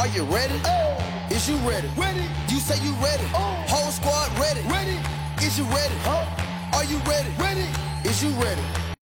Are you ready? Is you ready? You say you ready? Whole squad ready? Is you ready? Are you ready? Is you ready?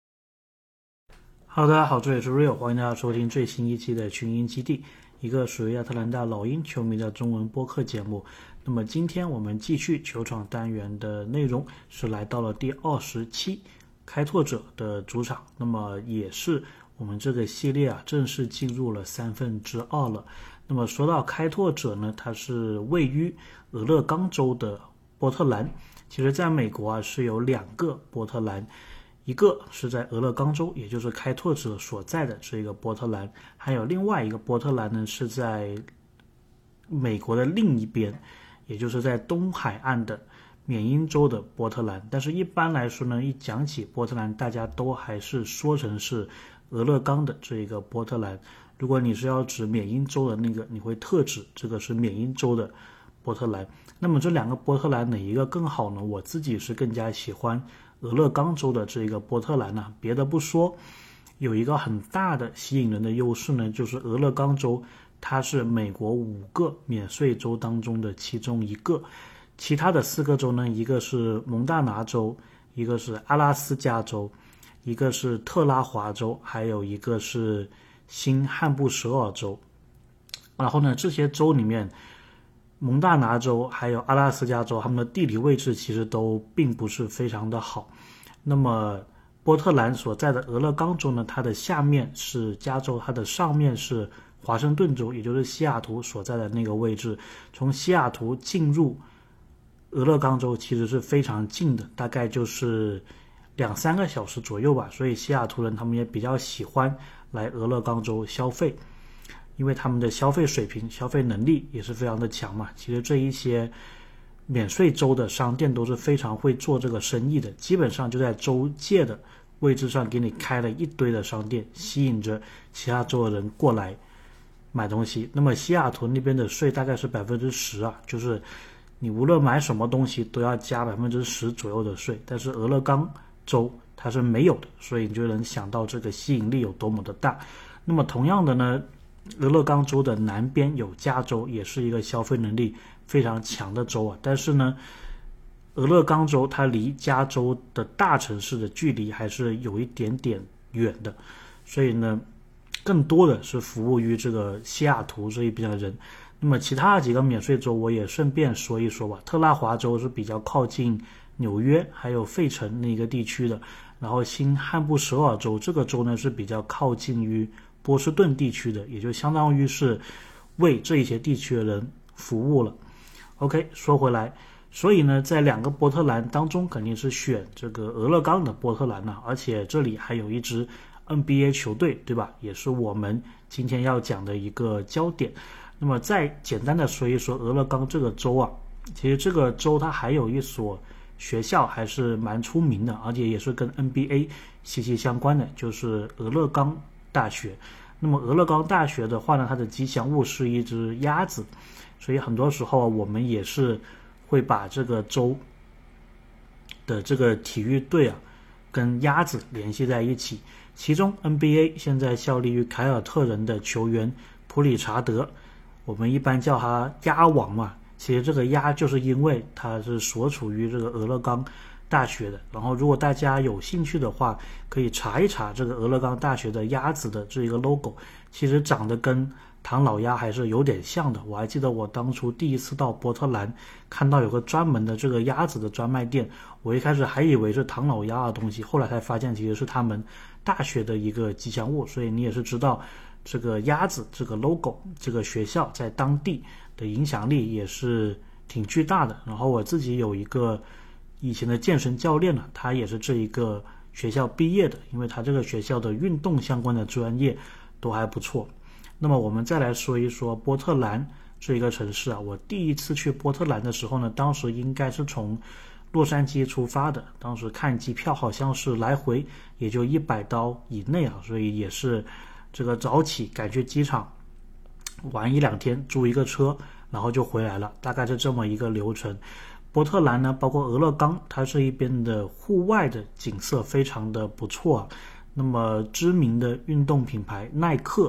Hello， 大家好，这里是 Real， 欢迎大家收听最新一期的群英基地，一个属于亚特兰大老鹰球迷的中文播客节目。那么今天我们继续球场单元的内容，是来到了第27开拓者的主场，那么也是我们这个系列正式进入了2/3了。那么说到开拓者呢，它是位于俄勒冈州的波特兰。其实在美国是有2个波特兰，一个是在俄勒冈州，也就是开拓者所在的这个波特兰，还有另外一个波特兰呢是在美国的另一边，也就是在东海岸的缅因州的波特兰。但是一般来说呢，一讲起波特兰，大家都还是说成是俄勒冈的这个波特兰。如果你是要指缅因州的那个，你会特指这个是缅因州的波特兰。那么这2个波特兰哪一个更好呢？我自己是更加喜欢俄勒冈州的这个波特兰呢。别的不说，有一个很大的吸引人的优势呢，就是俄勒冈州它是美国5个免税州当中的其中一个，其他的4个州呢，一个是蒙大拿州，一个是阿拉斯加州，一个是特拉华州，还有一个是新罕布什尔州。然后呢，这些州里面，蒙大拿州还有阿拉斯加州，他们的地理位置其实都并不是非常的好。那么波特兰所在的俄勒冈州呢，它的下面是加州，它的上面是华盛顿州，也就是西雅图所在的那个位置。从西雅图进入俄勒冈州其实是非常近的，大概就是2-3个小时左右吧。所以西雅图人他们也比较喜欢来俄勒冈州消费，因为他们的消费水平、消费能力也是非常的强嘛。其实这一些免税州的商店都是非常会做这个生意的，基本上就在州界的位置上给你开了一堆的商店，吸引着其他州的人过来买东西。那么西雅图那边的税大概是10%就是你无论买什么东西都要加10%左右的税，但是俄勒冈州它是没有的，所以你就能想到这个吸引力有多么的大。那么同样的呢，俄勒冈州的南边有加州，也是一个消费能力非常强的州但是呢，俄勒冈州它离加州的大城市的距离还是有一点点远的，所以呢，更多的是服务于这个西雅图这一边的人。那么其他几个免税州我也顺便说一说吧。特拉华州是比较靠近纽约还有费城那个地区的，然后新罕布什尔州这个州呢是比较靠近于波士顿地区的，也就相当于是为这一些地区的人服务了。OK， 说回来，所以呢，在2个波特兰当中，肯定是选这个俄勒冈的波特兰而且这里还有一支 NBA 球队，对吧？也是我们今天要讲的一个焦点。那么再简单的说一说俄勒冈这个州其实这个州它还有一所学校还是蛮出名的，而且也是跟 NBA 息息相关的，就是俄勒冈大学。那么俄勒冈大学的话呢，它的吉祥物是一只鸭子，所以很多时候我们也是会把这个州的这个体育队跟鸭子联系在一起。其中 NBA 现在效力于凯尔特人的球员普里查德，我们一般叫他鸭王嘛，其实这个鸭就是因为它是所处于这个俄勒冈大学的。然后如果大家有兴趣的话，可以查一查这个俄勒冈大学的鸭子的这一个 logo， 其实长得跟唐老鸭还是有点像的。我还记得我当初第一次到波特兰，看到有个专门的这个鸭子的专卖店，我一开始还以为是唐老鸭的东西，后来才发现其实是他们大学的一个吉祥物。所以你也是知道这个鸭子这个 logo 这个学校在当地的影响力也是挺巨大的。然后我自己有一个以前的健身教练他也是这一个学校毕业的，因为他这个学校的运动相关的专业都还不错。那么我们再来说一说波特兰这一个城市我第一次去波特兰的时候呢，当时应该是从洛杉矶出发的，当时看机票好像是来回也就$100以内所以也是这个早起赶去机场玩1-2天，租一个车然后就回来了，大概是这么一个流程。波特兰呢，包括俄勒冈，它这一边的户外的景色非常的不错那么知名的运动品牌耐克，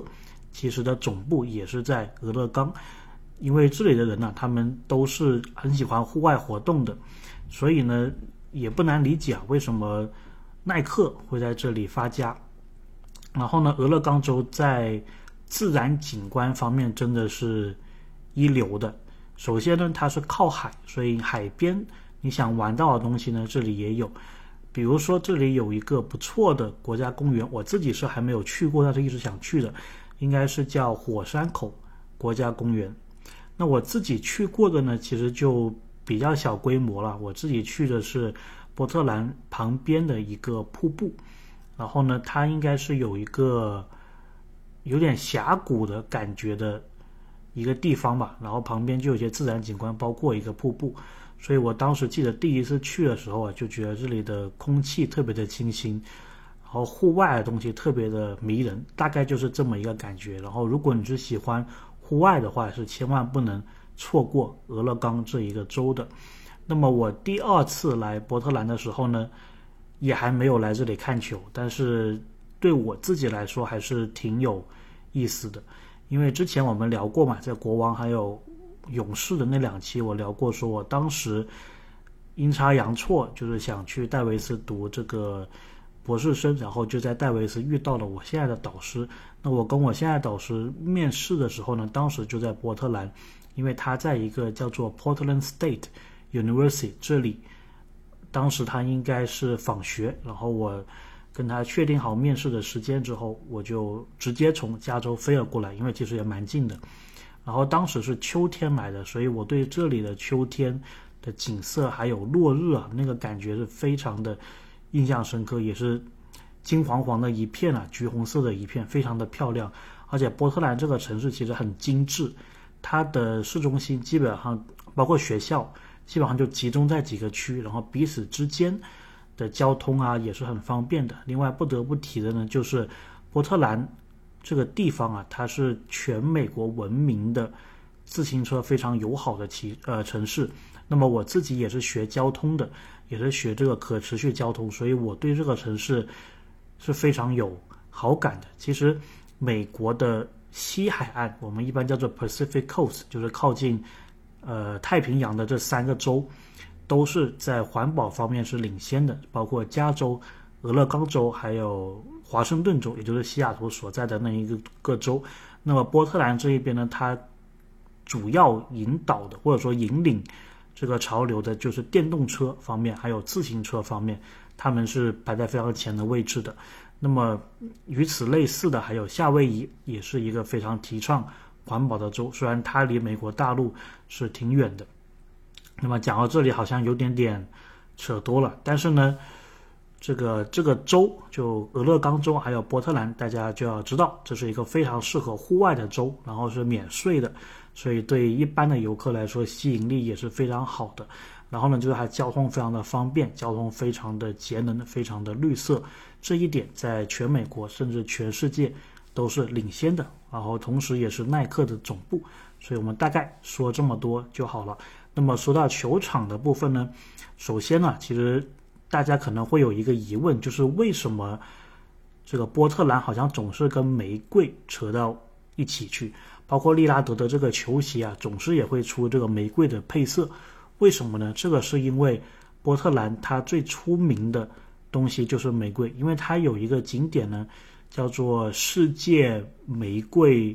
其实的总部也是在俄勒冈，因为这里的人呢，他们都是很喜欢户外活动的，所以呢，也不难理解为什么耐克会在这里发家。然后呢，俄勒冈州在自然景观方面真的是一流的。首先呢，它是靠海，所以海边你想玩到的东西呢，这里也有。比如说这里有一个不错的国家公园，我自己是还没有去过，但是一直想去的，应该是叫火山口国家公园。那我自己去过的呢，其实就比较小规模了。我自己去的是波特兰旁边的一个瀑布，然后呢，它应该是有一个有点峡谷的感觉的一个地方吧，然后旁边就有一些自然景观，包括一个瀑布。所以我当时记得第一次去的时候啊，就觉得这里的空气特别的清新，然后户外的东西特别的迷人，大概就是这么一个感觉。然后如果你是喜欢户外的话，是千万不能错过俄勒冈这一个州的。那么我第二次来波特兰的时候呢，也还没有来这里看球，但是对我自己来说还是挺有意思的。因为之前我们聊过嘛，在国王还有勇士的那2期我聊过，说我当时阴差阳错就是想去戴维斯读这个博士生，然后就在戴维斯遇到了我现在的导师。那我跟我现在导师面试的时候呢，当时就在波特兰，因为他在一个叫做 Portland State University 这里，当时他应该是访学，然后我跟他确定好面试的时间之后，我就直接从加州飞了过来，因为其实也蛮近的。然后当时是秋天来的，所以我对这里的秋天的景色还有落日啊，那个感觉是非常的印象深刻，也是金黄黄的一片啊，橘红色的一片，非常的漂亮。而且波特兰这个城市其实很精致，它的市中心基本上包括学校基本上就集中在几个区，然后彼此之间的交通啊也是很方便的。另外不得不提的呢，就是波特兰这个地方啊，它是全美国闻名的自行车非常友好的城市。那么我自己也是学交通的，也是学这个可持续交通，所以我对这个城市是非常有好感的。其实美国的西海岸，我们一般叫做 Pacific Coast， 就是靠近太平洋的这3个州，都是在环保方面是领先的，包括加州、俄勒冈州还有华盛顿州，也就是西雅图所在的那一个州。那么波特兰这一边呢，它主要引导的或者说引领这个潮流的就是电动车方面还有自行车方面，他们是排在非常前的位置的。那么与此类似的还有夏威夷，也是一个非常提倡环保的州，虽然它离美国大陆是挺远的。那么讲到这里好像有点扯多了，但是呢这个州，就俄勒冈州还有波特兰，大家就要知道这是一个非常适合户外的州，然后是免税的，所以对一般的游客来说吸引力也是非常好的。然后呢，就是它交通非常的方便，交通非常的节能，非常的绿色，这一点在全美国甚至全世界都是领先的。然后同时也是耐克的总部，所以我们大概说这么多就好了。那么说到球场的部分呢，首先呢，其实大家可能会有一个疑问，就是为什么这个波特兰好像总是跟玫瑰扯到一起去，包括利拉德的这个球鞋啊，总是也会出这个玫瑰的配色，为什么呢？这个是因为波特兰它最出名的东西就是玫瑰，因为它有一个景点呢叫做世界玫瑰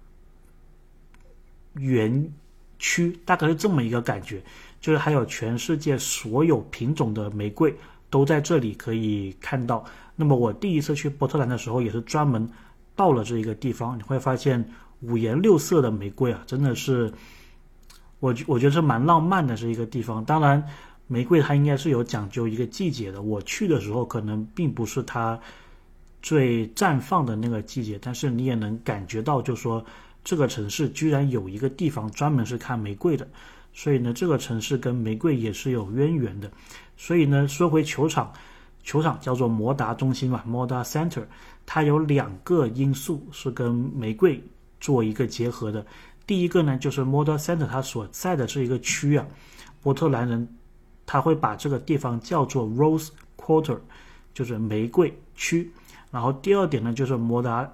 园区，大概是这么一个感觉，就是还有全世界所有品种的玫瑰都在这里可以看到。那么我第一次去波特兰的时候也是专门到了这一个地方，你会发现五颜六色的玫瑰啊，真的是我觉得是蛮浪漫的这一个地方。当然玫瑰它应该是有讲究一个季节的，我去的时候可能并不是它最绽放的那个季节，但是你也能感觉到就是说这个城市居然有一个地方专门是看玫瑰的，所以呢这个城市跟玫瑰也是有渊源的。所以呢说回球场叫做摩达中心嘛，摩达 Center， 它有2个因素是跟玫瑰做一个结合的。第一个呢就是摩达 Center 它所在的这一个区啊，波特兰人他会把这个地方叫做 Rose Quarter， 就是玫瑰区。然后第二点呢就是摩达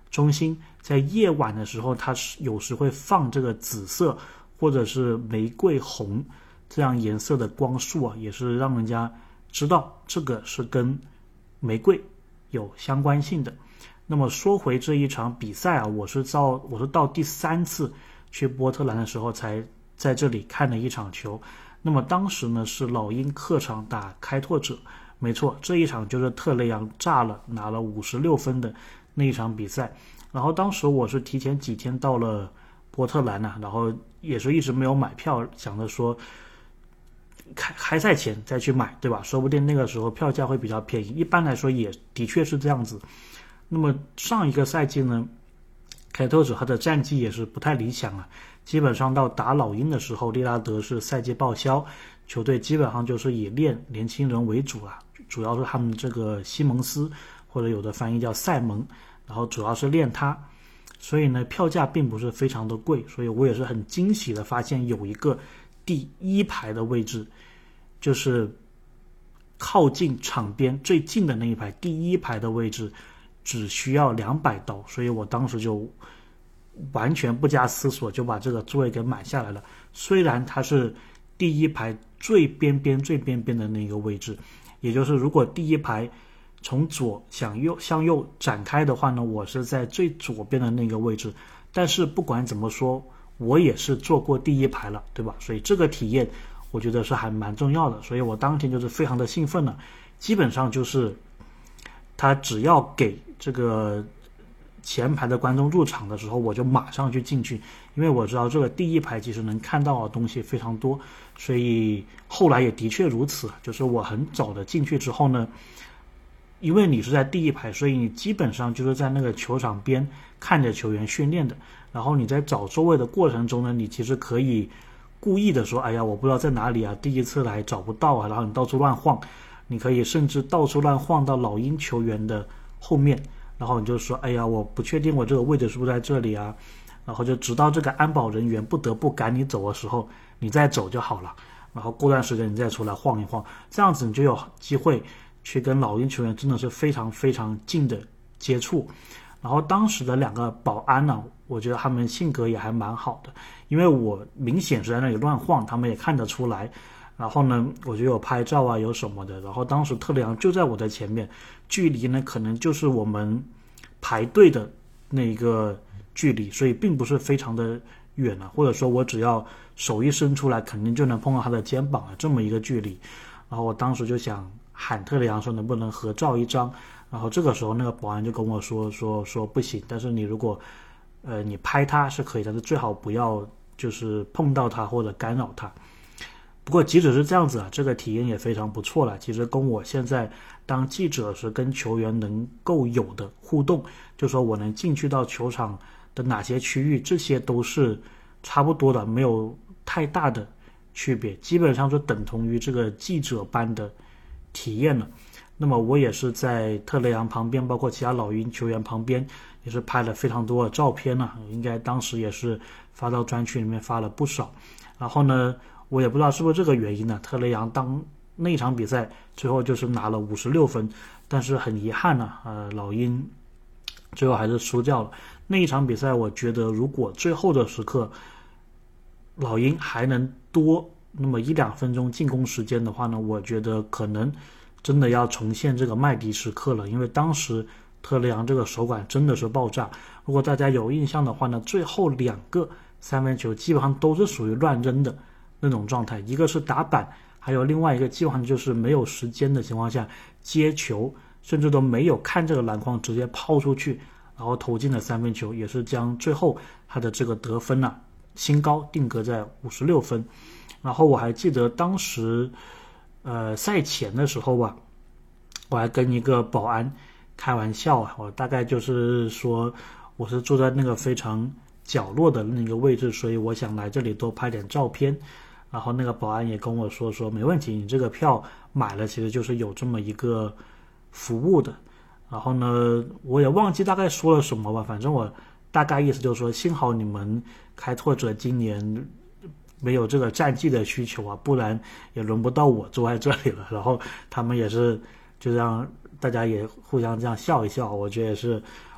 中心，在夜晚的时候，它是有时会放这个紫色或者是玫瑰红这样颜色的光束啊，也是让人家知道这个是跟玫瑰有相关性的。那么说回这一场比赛啊，我是到第3次去波特兰的时候才在这里看了一场球。那么当时呢是老鹰客场打开拓者，没错，这一场就是特雷杨炸了，拿了56分的那一场比赛。然后当时我是提前几天到了波特兰啊，然后也是一直没有买票，想着说开赛前再去买，对吧？说不定那个时候票价会比较便宜。一般来说也的确是这样子。那么上一个赛季呢，开拓者他的战绩也是不太理想啊，基本上到打老鹰的时候，利拉德是赛季报销，球队基本上就是以练年轻人为主啊，主要是他们这个西蒙斯，或者有的翻译叫塞蒙，然后主要是练他，所以呢票价并不是非常的贵，所以我也是很惊喜的发现有一个第1排的位置，就是靠近场边最近的那一排，第1排的位置只需要200刀，所以我当时就完全不加思索就把这个座位给买下来了。虽然它是第1排最边边的那个位置，也就是如果第1排从左向右展开的话呢，我是在最左边的那个位置。但是不管怎么说，我也是坐过第1排了，对吧？所以这个体验我觉得是还蛮重要的，所以我当天就是非常的兴奋了。基本上就是他只要给这个前排的观众入场的时候，我就马上去进去，因为我知道这个第1排其实能看到的东西非常多，所以后来也的确如此，就是我很早的进去之后呢，因为你是在第1排，所以你基本上就是在那个球场边看着球员训练的，然后你在找座位的过程中呢，你其实可以故意的说，哎呀我不知道在哪里啊，第一次来找不到啊，然后你到处乱晃，你可以甚至到处乱晃到老鹰球员的后面，然后你就说，哎呀我不确定我这个位置是不是在这里啊，然后就直到这个安保人员不得不赶你走的时候你再走就好了，然后过段时间你再出来晃一晃，这样子你就有机会去跟老鹰球员真的是非常非常近的接触。然后当时的2个保安呢，我觉得他们性格也还蛮好的，因为我明显是在那里乱晃，他们也看得出来，然后呢我就有拍照啊有什么的，然后当时特雷杨就在我的前面，距离呢可能就是我们排队的那个距离，所以并不是非常的远了，或者说我只要手一伸出来肯定就能碰到他的肩膀啊，这么一个距离。然后我当时就想喊特雷杨说能不能合照一张，然后这个时候那个保安就跟我说不行，但是你如果你拍他是可以，但是最好不要就是碰到他或者干扰他。不过即使是这样子啊，这个体验也非常不错了，其实跟我现在当记者时跟球员能够有的互动，就说我能进去到球场的哪些区域，这些都是差不多的，没有太大的区别，基本上是等同于这个记者般的体验了。那么我也是在特雷杨旁边，包括其他老鹰球员旁边，也是拍了非常多的照片了，应该当时也是发到专区里面发了不少。然后呢，我也不知道是不是这个原因呢，特雷杨当那场比赛最后就是拿了56分，但是很遗憾呢，老鹰最后还是输掉了。那一场比赛我觉得如果最后的时刻老鹰还能多那么1-2分钟进攻时间的话呢，我觉得可能真的要重现这个麦迪时刻了，因为当时特雷杨这个手感真的是爆炸。如果大家有印象的话呢，最后2个3分球基本上都是属于乱扔的那种状态，一个是打板，还有另外一个基本上就是没有时间的情况下接球，甚至都没有看这个篮筐直接抛出去，然后投进了3分球，也是将最后他的这个得分新高定格在56分。然后我还记得当时赛前的时候吧，我还跟一个保安开玩笑啊，我大概就是说我是坐在那个非常角落的那个位置，所以我想来这里多拍点照片。然后那个保安也跟我说没问题，你这个票买了其实就是有这么一个服务的。然后呢我也忘记大概说了什么吧，反正我大概意思就是说幸好你们开拓者今年没有这个战绩的需求啊，不然也轮不到我坐在这里了。然后他们也是就这样，大家也互相这样笑一笑，我觉得也是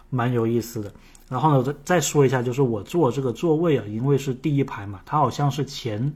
蛮有意思的。然后呢，再说一下，就是我坐这个座位啊，因为是第一排嘛，它好像是前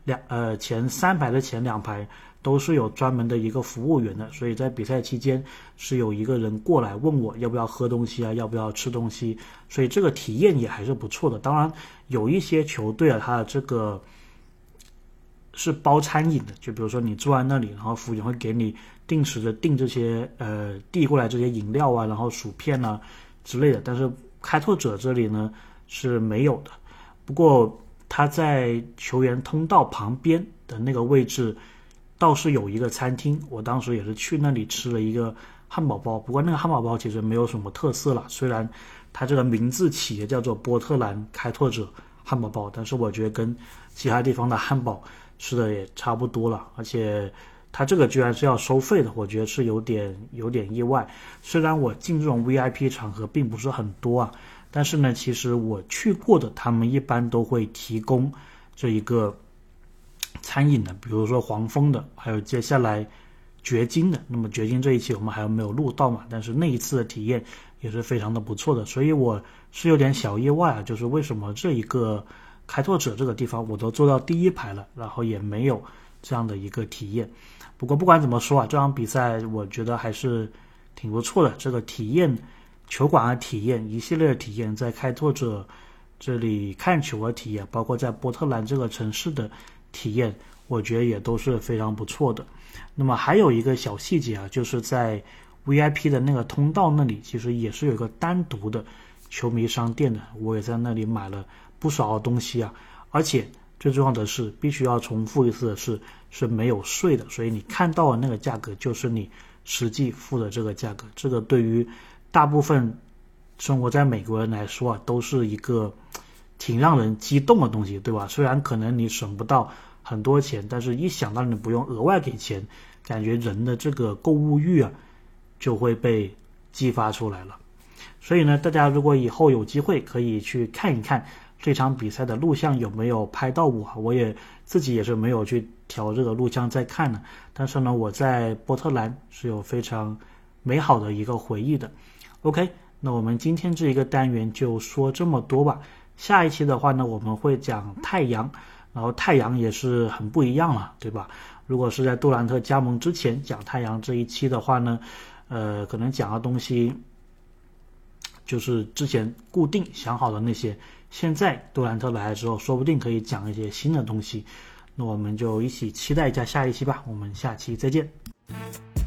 3排的前2排都是有专门的一个服务员的，所以在比赛期间是有一个人过来问我要不要喝东西啊，要不要吃东西，所以这个体验也还是不错的。当然，有一些球队啊，它的这个是包餐饮的，就比如说你坐在那里，然后服务员会给你定时的订这些递过来这些饮料啊，然后薯片啊之类的。但是开拓者这里呢是没有的，不过他在球员通道旁边的那个位置倒是有一个餐厅，我当时也是去那里吃了一个汉堡包，不过那个汉堡包其实没有什么特色了，虽然它这个名字起的叫做波特兰开拓者汉堡包，但是我觉得跟其他地方的汉堡吃的也差不多了，而且它这个居然是要收费的，我觉得是有点意外。虽然我进这种 VIP 场合并不是很多啊，但是呢，其实我去过的，他们一般都会提供这一个餐饮的，比如说黄蜂的，还有接下来掘金的。那么掘金这一期我们还没有录到嘛，但是那一次的体验也是非常的不错的，所以我是有点小意外啊，就是为什么这一个开拓者这个地方我都坐到第一排了，然后也没有这样的一个体验。不过不管怎么说啊，这场比赛我觉得还是挺不错的，这个体验，球馆的体验，一系列的体验，在开拓者这里看球的体验，包括在波特兰这个城市的体验，我觉得也都是非常不错的。那么还有一个小细节啊，就是在 VIP 的那个通道那里，其实也是有一个单独的球迷商店的，我也在那里买了不少的东西啊，而且最重要的是，必须要重复一次的是没有税的，所以你看到的那个价格就是你实际付的这个价格。这个对于大部分生活在美国人来说啊，都是一个挺让人激动的东西，对吧？虽然可能你省不到很多钱，但是一想到你不用额外给钱，感觉人的这个购物欲啊就会被激发出来了。所以呢，大家如果以后有机会可以去看一看这场比赛的录像有没有拍到我也自己也是没有去调这个录像再看的，但是呢，我在波特兰是有非常美好的一个回忆的。OK， 那我们今天这一个单元就说这么多吧。下一期的话呢，我们会讲太阳，然后太阳也是很不一样了，对吧？如果是在杜兰特加盟之前讲太阳这一期的话呢，可能讲的东西就是之前固定想好的那些，现在杜兰特来了之后，说不定可以讲一些新的东西。那我们就一起期待一下下一期吧，我们下期再见。